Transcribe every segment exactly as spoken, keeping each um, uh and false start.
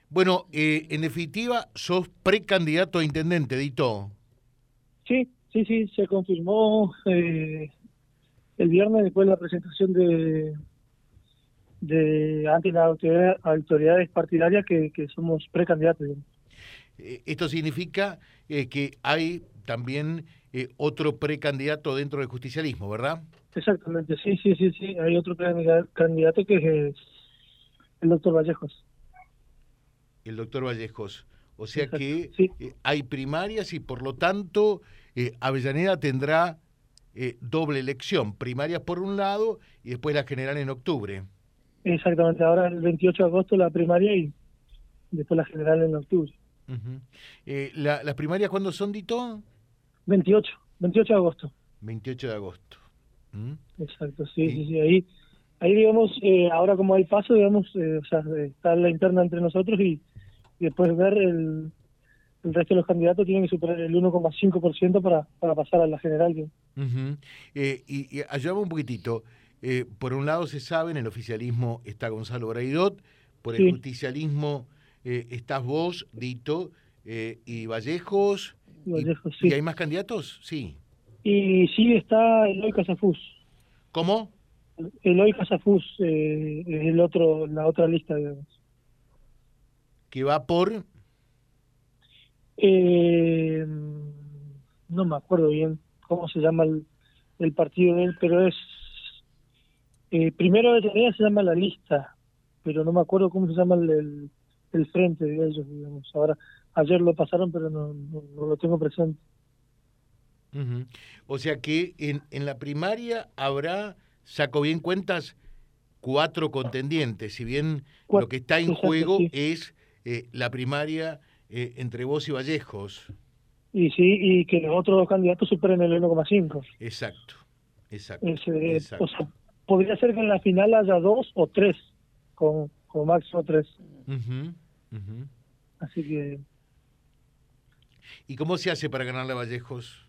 Bueno, eh, en definitiva, sos precandidato a intendente, Dito. Sí, sí, sí, se confirmó eh, el viernes después de la presentación de, de ante las autoridades, autoridades partidarias que, que somos precandidatos. Digamos. Eh, esto significa eh, que hay también eh, otro precandidato dentro del justicialismo, ¿verdad? Exactamente, sí, sí, sí, sí. Hay otro candida- candidato que es el doctor Vallejos. El doctor Vallejos. O sea Exacto, que sí, eh, hay primarias y por lo tanto eh, Avellaneda tendrá eh, doble elección, primarias por un lado y después la general en octubre. exactamente. Ahora el veintiocho de agosto la primaria y después la general en octubre. Ujú. Eh, la- ¿Las primarias cuándo son, Dito? veintiocho, veintiocho de agosto. veintiocho de agosto. ¿Mm? Exacto, sí, Y, sí, sí. Ahí, ahí digamos, eh, ahora como hay paso, digamos, eh, o sea, está la interna entre nosotros y, y después ver el, el resto de los candidatos tienen que superar el uno coma cinco por ciento para, para pasar a la general. Digamos. ujú. Eh, y, y ayúdame un poquitito. Eh, por un lado se sabe, en el oficialismo está Gonzalo Braidot, por el Sí, justicialismo eh, estás vos, Dito, eh, y Vallejos, y y, Vallejo, y sí. hay más candidatos, sí. Y sí está Eloy Casafús. ¿Cómo? Eloy Casafús eh, es el otro, la otra lista, digamos. Que va por, Eh, no me acuerdo bien cómo se llama el, el partido de él, pero es Eh, primero de tarea se llama la lista, pero no me acuerdo cómo se llama el, el, el frente de ellos, digamos. Ahora, ayer lo pasaron, pero no, no, no lo tengo presente. ujú. O sea que en, en la primaria habrá, saco bien cuentas, cuatro contendientes, si bien lo Cuatro, que está en exacto, juego sí. es eh, la primaria eh, entre vos y Vallejos. Y sí, y que los otros dos candidatos superen el uno coma cinco. Exacto, exacto, Ese, o exacto. sea, podría ser que en la final haya dos o tres, con, con máximo tres. Ujú, ujú. Así que, ¿Y cómo se hace para ganarle a Vallejos?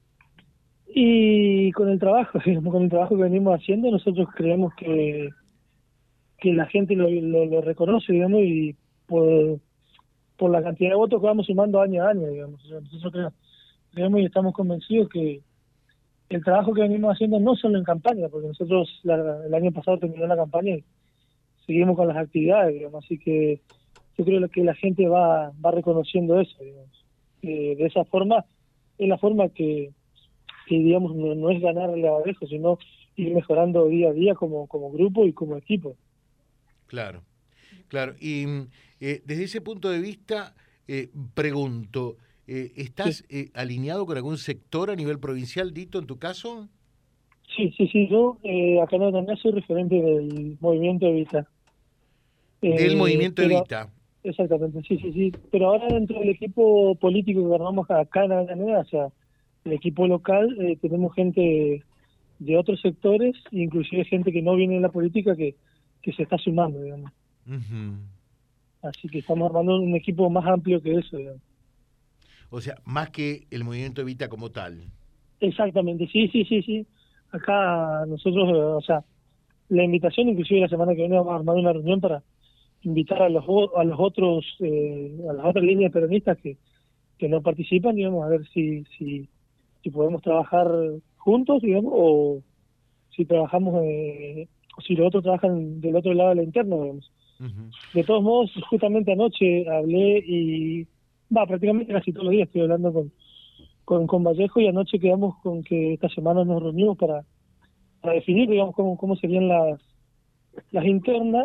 y con el trabajo, digamos, con el trabajo que venimos haciendo, nosotros creemos que, que la gente lo, lo, lo reconoce, digamos, y por por la cantidad de votos que vamos sumando año a año, digamos. O sea, nosotros creemos, creemos y estamos convencidos que el trabajo que venimos haciendo no solo en campaña, porque nosotros la, el año pasado terminó la campaña y seguimos con las actividades, digamos, así que yo creo que la gente va, va reconociendo eso, digamos. Eh, de esa forma, es la forma que, que digamos, no, no es ganarle a Vallejo, sino ir mejorando día a día como, como grupo y como equipo. Claro, claro. Y mm, eh, desde ese punto de vista, eh, pregunto, eh, Sí, ¿estás eh, alineado con algún sector a nivel provincial, Dito, en tu caso? sí, sí, sí, yo eh, acá en Argentina soy referente del movimiento Evita. Del Eh, movimiento pero, Evita. exactamente, sí, sí, sí. Pero ahora dentro del equipo político que armamos acá en Avellaneda, o sea, el equipo local, eh, tenemos gente de otros sectores, inclusive gente que no viene de la política que, que se está sumando, digamos. Ujú. Así que estamos armando un equipo más amplio que eso, digamos. O sea, más que el movimiento Evita como tal. Exactamente, sí, sí, sí, sí. Acá nosotros, eh, o sea, la invitación, inclusive la semana que viene vamos a armar una reunión para invitar a los o- a los otros, eh, a las otras líneas peronistas que que no participan, digamos, a ver si, si, si podemos trabajar juntos, digamos, o si trabajamos, eh, o si los otros trabajan del otro lado de la interna, digamos. Ujú. De todos modos, justamente anoche hablé y, va, prácticamente casi todos los días estoy hablando con, con, con Vallejo y anoche quedamos con que esta semana nos reunimos para, para definir, digamos, cómo, cómo serían las, las internas,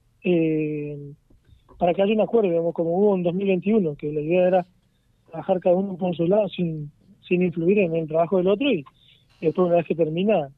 eh, para que haya un acuerdo, digamos, como hubo en dos mil veintiuno, que la idea era trabajar cada uno por su lado sin, sin influir en el trabajo del otro y después una vez que termina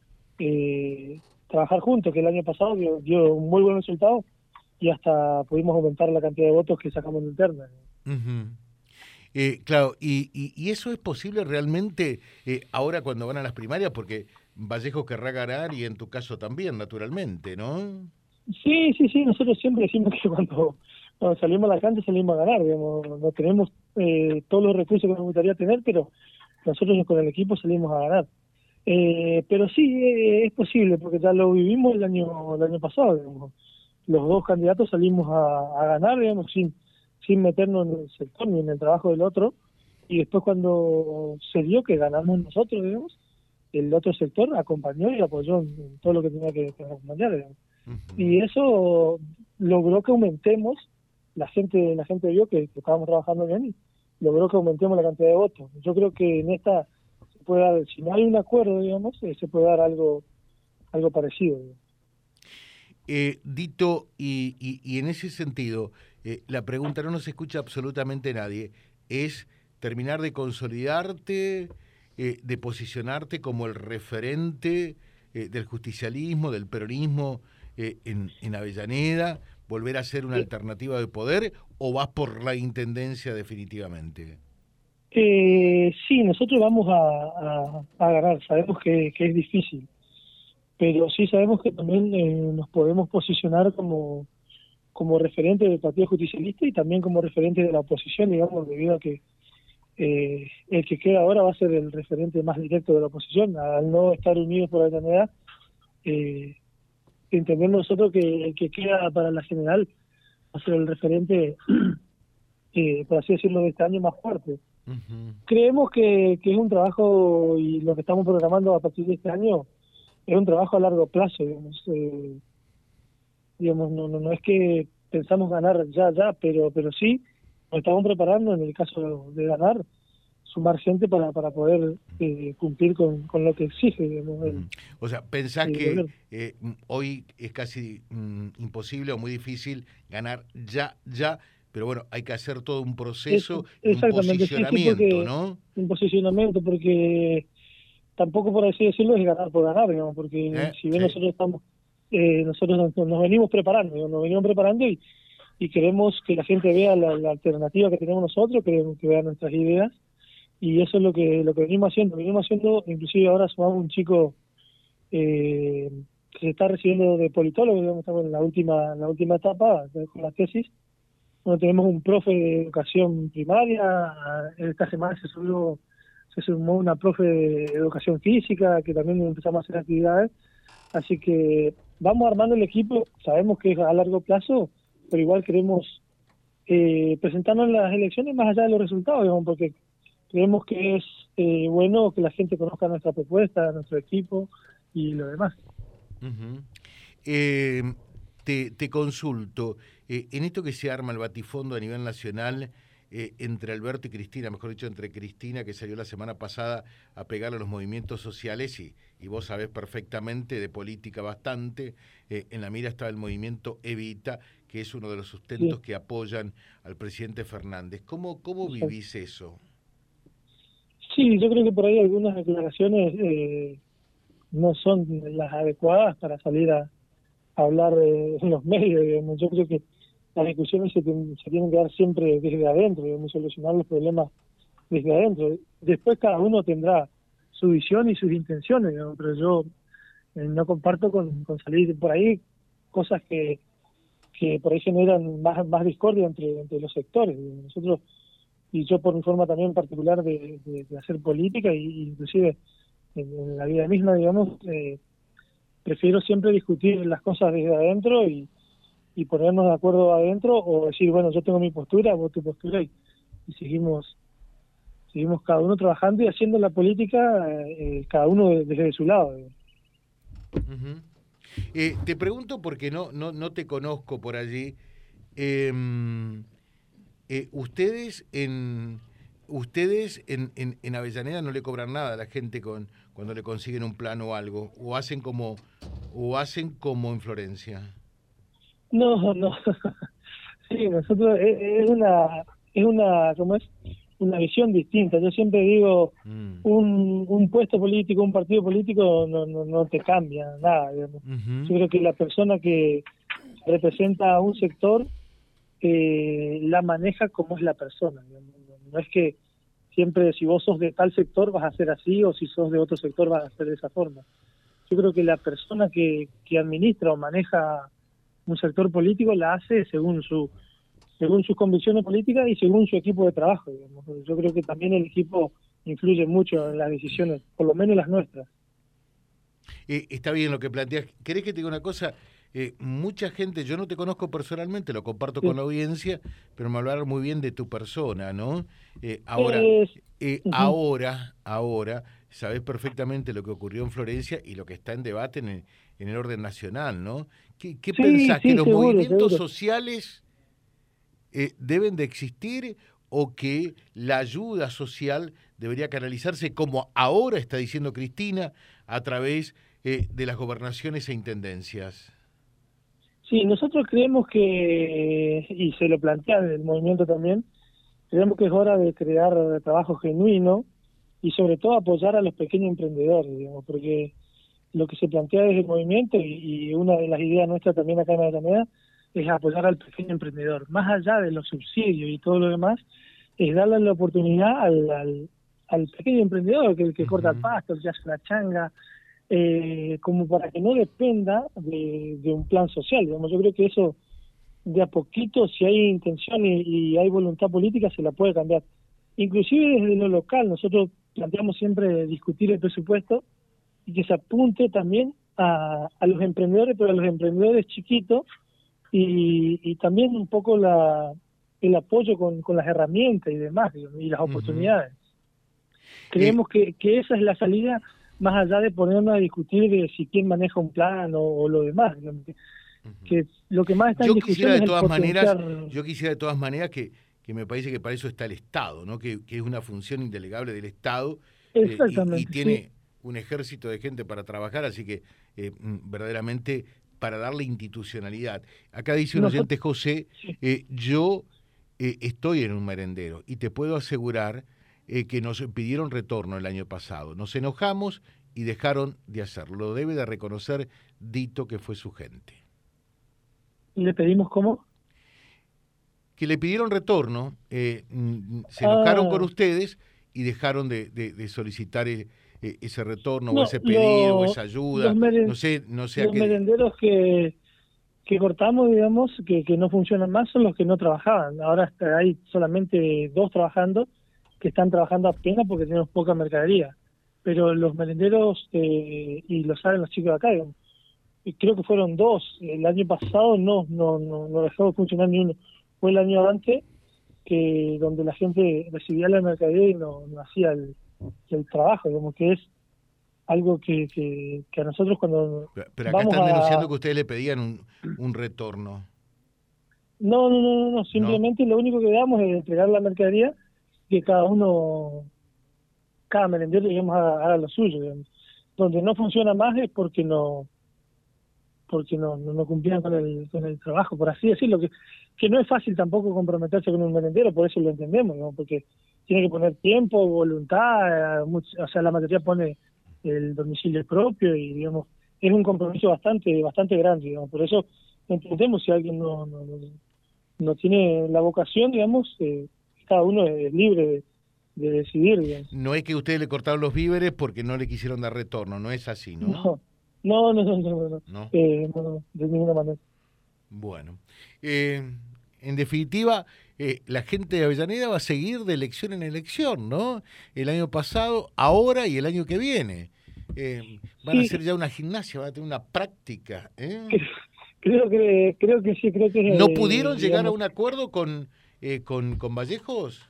eh, trabajar juntos, que el año pasado dio, dio un muy buen resultado y hasta pudimos aumentar la cantidad de votos que sacamos en interna. Ujú. Eh, claro, y, y- y eso es posible realmente eh, ahora cuando van a las primarias, porque Vallejo querrá ganar y en tu caso también, naturalmente, ¿no? Sí, sí, sí, nosotros siempre decimos que cuando, cuando salimos a la cancha salimos a ganar, digamos, no tenemos eh, todos los recursos que nos gustaría tener, pero nosotros con el equipo salimos a ganar. Eh, pero sí, eh, es posible, porque ya lo vivimos el año el año pasado, digamos. los dos candidatos salimos a, a ganar, digamos, sin, sin meternos en el sector ni en el trabajo del otro, y después cuando se dio que ganamos nosotros, digamos, el otro sector acompañó y apoyó en, en todo lo que tenía que, que acompañar, digamos. Uh-huh. Y eso logró que aumentemos, la gente la gente vio que, que estábamos trabajando bien y logró que aumentemos la cantidad de votos. Yo creo que en esta se puede dar, si no hay un acuerdo, digamos, eh, se puede dar algo algo parecido. Eh, Dito, y, y, y en ese sentido, eh, la pregunta no nos escucha absolutamente nadie, es terminar de consolidarte, eh, de posicionarte como el referente eh, del justicialismo, del peronismo eh, en, en Avellaneda, volver a ser una sí. alternativa de poder, o vas por la intendencia definitivamente? Eh, sí, nosotros vamos a, a, a ganar, sabemos que, que es difícil, pero sí sabemos que también eh, nos podemos posicionar como, como referente del Partido Justicialista y también como referente de la oposición, digamos, debido a que eh, el que queda ahora va a ser el referente más directo de la oposición, al no estar unidos por Avellaneda, eh, entendemos nosotros que el que queda para la general va a ser el referente, eh, por así decirlo, de este año más fuerte. Uh-huh. Creemos que, que es un trabajo, y lo que estamos programando a partir de este año, es un trabajo a largo plazo, digamos, eh, digamos no, no no es que pensamos ganar ya, ya, pero pero sí nos estamos preparando en el caso de ganar, sumar gente para para poder eh, cumplir con, con lo que exige, digamos, el, o sea, pensás que eh, hoy es casi mm, imposible o muy difícil ganar ya, ya, pero bueno, hay que hacer todo un proceso, es, un posicionamiento, sí, sí, porque, ¿no? Un posicionamiento, porque tampoco, por así decirlo, es ganar por ganar, digamos, porque eh, si bien sí. nosotros estamos, eh, nosotros nos, nos venimos preparando, digamos, nos venimos preparando y, y queremos que la gente vea la, la alternativa que tenemos nosotros, queremos que vean nuestras ideas, y eso es lo que lo que venimos haciendo. Venimos haciendo, inclusive ahora sumamos un chico eh, que se está recibiendo de politólogo, digamos, estamos en la última, en la última etapa con la tesis. Bueno, tenemos un profe de educación primaria, esta semana se subió se sumó una profe de educación física, que también empezamos a hacer actividades, así que vamos armando el equipo, sabemos que es a largo plazo, pero igual queremos eh, presentarnos en las elecciones más allá de los resultados, digamos, porque creemos que es eh, bueno que la gente conozca nuestra propuesta, nuestro equipo y lo demás. Uh-huh. eh, te, te consulto, eh, en esto que se arma el batifondo a nivel nacional, Eh, entre Alberto y Cristina, mejor dicho, entre Cristina, que salió la semana pasada a pegarle a los movimientos sociales, y, y vos sabés perfectamente de política bastante, eh, en la mira estaba el movimiento Evita, que es uno de los sustentos sí. que apoyan al presidente Fernández. ¿Cómo, cómo vivís eso? Sí, yo creo que por ahí algunas declaraciones eh, no son las adecuadas para salir a, a hablar eh, en los medios, digamos. Yo creo que las discusiones se, ten, se tienen que dar siempre desde adentro, debemos solucionar los problemas desde adentro. Después cada uno tendrá su visión y sus intenciones, ¿no? Pero yo eh, no comparto con, con salir por ahí cosas que, que por ahí generan más, más discordia entre, entre los sectores. Nosotros, y yo por mi forma también particular de, de, de hacer política, y inclusive en, en la vida misma, digamos, eh, prefiero siempre discutir las cosas desde adentro y y ponernos de acuerdo adentro, o decir, bueno, yo tengo mi postura, vos tu postura, y, y seguimos seguimos cada uno trabajando y haciendo la política, eh, cada uno desde su lado. Uh-huh. eh, te pregunto porque no no no te conozco por allí. Eh, eh, ustedes en ustedes en, en, en Avellaneda no le cobran nada a la gente con cuando le consiguen un plan o algo, o hacen como o hacen como en Florencia. No, no. Sí, nosotros es, es una es una ¿cómo es? Una visión distinta. Yo siempre digo, mm. un, un puesto político, un partido político no no, no te cambia nada, digamos. Uh-huh. Yo creo que la persona que representa a un sector eh, la maneja como es la persona, digamos. No es que siempre si vos sos de tal sector vas a ser así, o si sos de otro sector vas a ser de esa forma. Yo creo que la persona que, que administra o maneja un sector político la hace según su según sus convicciones políticas y según su equipo de trabajo, digamos. Yo creo que también el equipo influye mucho en las decisiones, por lo menos las nuestras. Eh, está bien lo que planteas. ¿Querés que te diga una cosa? eh, mucha gente, yo no te conozco personalmente, lo comparto Sí. con la audiencia, pero me hablaron muy bien de tu persona, ¿no? Eh, ahora, Es, eh, ujú. ahora, ahora, sabés perfectamente lo que ocurrió en Florencia y lo que está en debate en el, en el orden nacional, ¿no? ¿Qué, qué Sí, pensás? ¿Que sí, los seguro, movimientos seguro. sociales eh, deben de existir o que la ayuda social debería canalizarse, como ahora está diciendo Cristina, a través eh, de las gobernaciones e intendencias? Sí, nosotros creemos que, y se lo plantea el movimiento también, creemos que es hora de crear trabajo genuino y sobre todo apoyar a los pequeños emprendedores, digamos, porque lo que se plantea desde el movimiento y, y una de las ideas nuestras también acá en Avellaneda es apoyar al pequeño emprendedor. Más allá de los subsidios y todo lo demás, es darle la oportunidad al, al, al pequeño emprendedor, que el que corta el Ujú. pasto, el que hace la changa, eh, como para que no dependa de, de un plan social. Digamos, yo creo que eso de a poquito, si hay intención y, y hay voluntad política, se la puede cambiar. Inclusive desde lo local, nosotros planteamos siempre discutir el presupuesto y que se apunte también a, a los emprendedores, pero a los emprendedores chiquitos y, y también un poco la, el apoyo con, con las herramientas y demás, digamos, y las Ujú. oportunidades. Eh, Creemos que, que esa es la salida, más allá de ponernos a discutir de si quién maneja un plan o, o lo demás, digamos, que, ujú. que lo que más está en Yo quisiera discusión de es el todas maneras, potenciar. yo quisiera de todas maneras que, que me parece que para eso está el Estado, ¿no? Que, que es una función indelegable del Estado eh, y, y Exactamente, sí. tiene un ejército de gente para trabajar, así que eh, mm, verdaderamente para darle institucionalidad. Acá dice un Nosotros, oyente, José, sí. eh, yo eh, estoy en un merendero y te puedo asegurar eh, que nos pidieron retorno el año pasado. Nos enojamos y dejaron de hacerlo. Lo debe de reconocer Dito, que fue su gente. Le pedimos cómo. Que le pidieron retorno, eh, mm, se enojaron con Ah, ustedes y dejaron de, de, de solicitar eh, eh, ese retorno o no, ese pedido o lo, esa los, ayuda, no meren- sé, no sé a los qué. merenderos que, que cortamos, digamos, que, que no funcionan más son los que no trabajaban. Ahora está- hay solamente dos trabajando que están trabajando apenas porque tenemos poca mercadería. Pero los merenderos, eh, y lo saben los chicos de acá, digamos, y creo que fueron dos. El año pasado no, no, no, no dejó de funcionar ni uno. Fue el año antes que donde la gente recibía la mercadería y no, no hacía el, el trabajo, como que es algo que, que, que a nosotros cuando Pero acá vamos están denunciando a... que ustedes le pedían un, un retorno. No, no, no, no, no, ¿No? simplemente lo único que damos es entregar la mercadería, que cada uno, cada merendero, digamos, haga, haga lo suyo, digamos. Donde no funciona más es porque no porque no, no, no cumplían con el, con el trabajo, por así decirlo, que, que no es fácil tampoco comprometerse con un merendero, por eso lo entendemos, ¿no? Porque tiene que poner tiempo, voluntad, eh, much- o sea, la mayoría pone el domicilio propio y, digamos, es un compromiso bastante bastante grande, digamos, por eso entendemos si alguien no, no, no, no tiene la vocación, digamos, eh, cada uno es libre de, de decidir, digamos. No es que ustedes le cortaron los víveres porque no le quisieron dar retorno, no es así, ¿no? No, no, no, no, no, no, no, No. eh, no, no, de ninguna manera. Bueno. Eh, en definitiva, eh, la gente de Avellaneda va a seguir de elección en elección, ¿no? El año pasado, ahora y el año que viene. Eh, van a Sí, hacer ya una gimnasia, van a tener una práctica. ¿eh? creo que creo que sí, creo que ¿No eh, pudieron llegar a digamos un acuerdo con, eh, con, con Vallejos?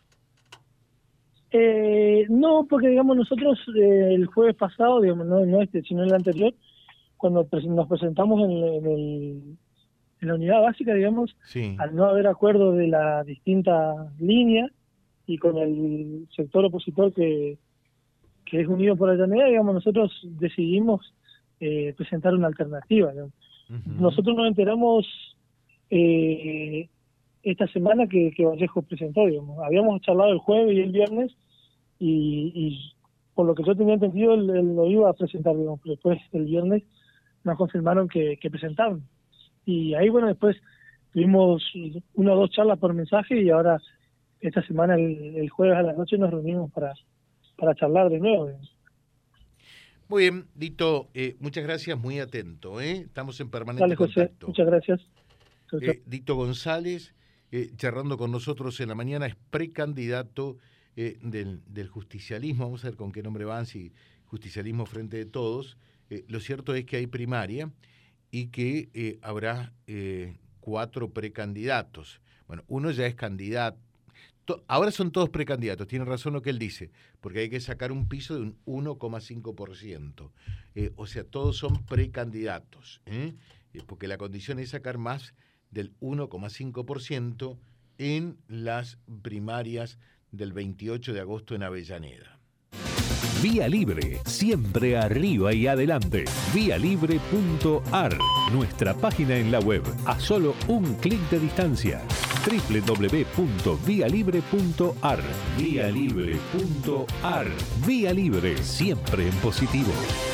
eh, no, porque digamos nosotros eh, el jueves pasado, digamos, no, no este, sino el anterior, cuando pres- nos presentamos en, en el, en la unidad básica, digamos, Sí. al no haber acuerdo de las distintas líneas y con el sector opositor que, que es unido por Avellaneda, digamos, nosotros decidimos eh, presentar una alternativa, digamos. Ujú. Nosotros nos enteramos eh, esta semana que, que Vallejo presentó, digamos. Habíamos charlado el jueves y el viernes y, y por lo que yo tenía entendido él, él lo iba a presentar, digamos, pero después el viernes nos confirmaron que, que presentaron. Y ahí, bueno, después tuvimos una o dos charlas por mensaje y ahora esta semana, el, el jueves a la noche, nos reunimos para, para charlar de nuevo, digamos. Muy bien, Dito, eh, muchas gracias, muy atento. ¿eh? Estamos en permanente Dale, José, contacto. muchas gracias. Chau, chau. Eh, Dito González, eh, charlando con nosotros en la mañana, es precandidato eh, del, del justicialismo. Vamos a ver con qué nombre van, si justicialismo frente de todos. Eh, lo cierto es que hay primaria y que eh, habrá eh, cuatro precandidatos. Bueno, uno ya es candidato. Ahora son todos precandidatos, tiene razón lo que él dice, porque hay que sacar un piso de un uno coma cinco por ciento. Eh, o sea, todos son precandidatos, ¿eh? porque la condición es sacar más del uno coma cinco por ciento en las primarias del veintiocho de agosto en Avellaneda. Vía Libre, siempre arriba y adelante. vía libre punto a r, nuestra página en la web, a solo un clic de distancia. doble u doble u doble u punto vía libre punto a r. vía libre punto a r. Vía Libre, siempre en positivo.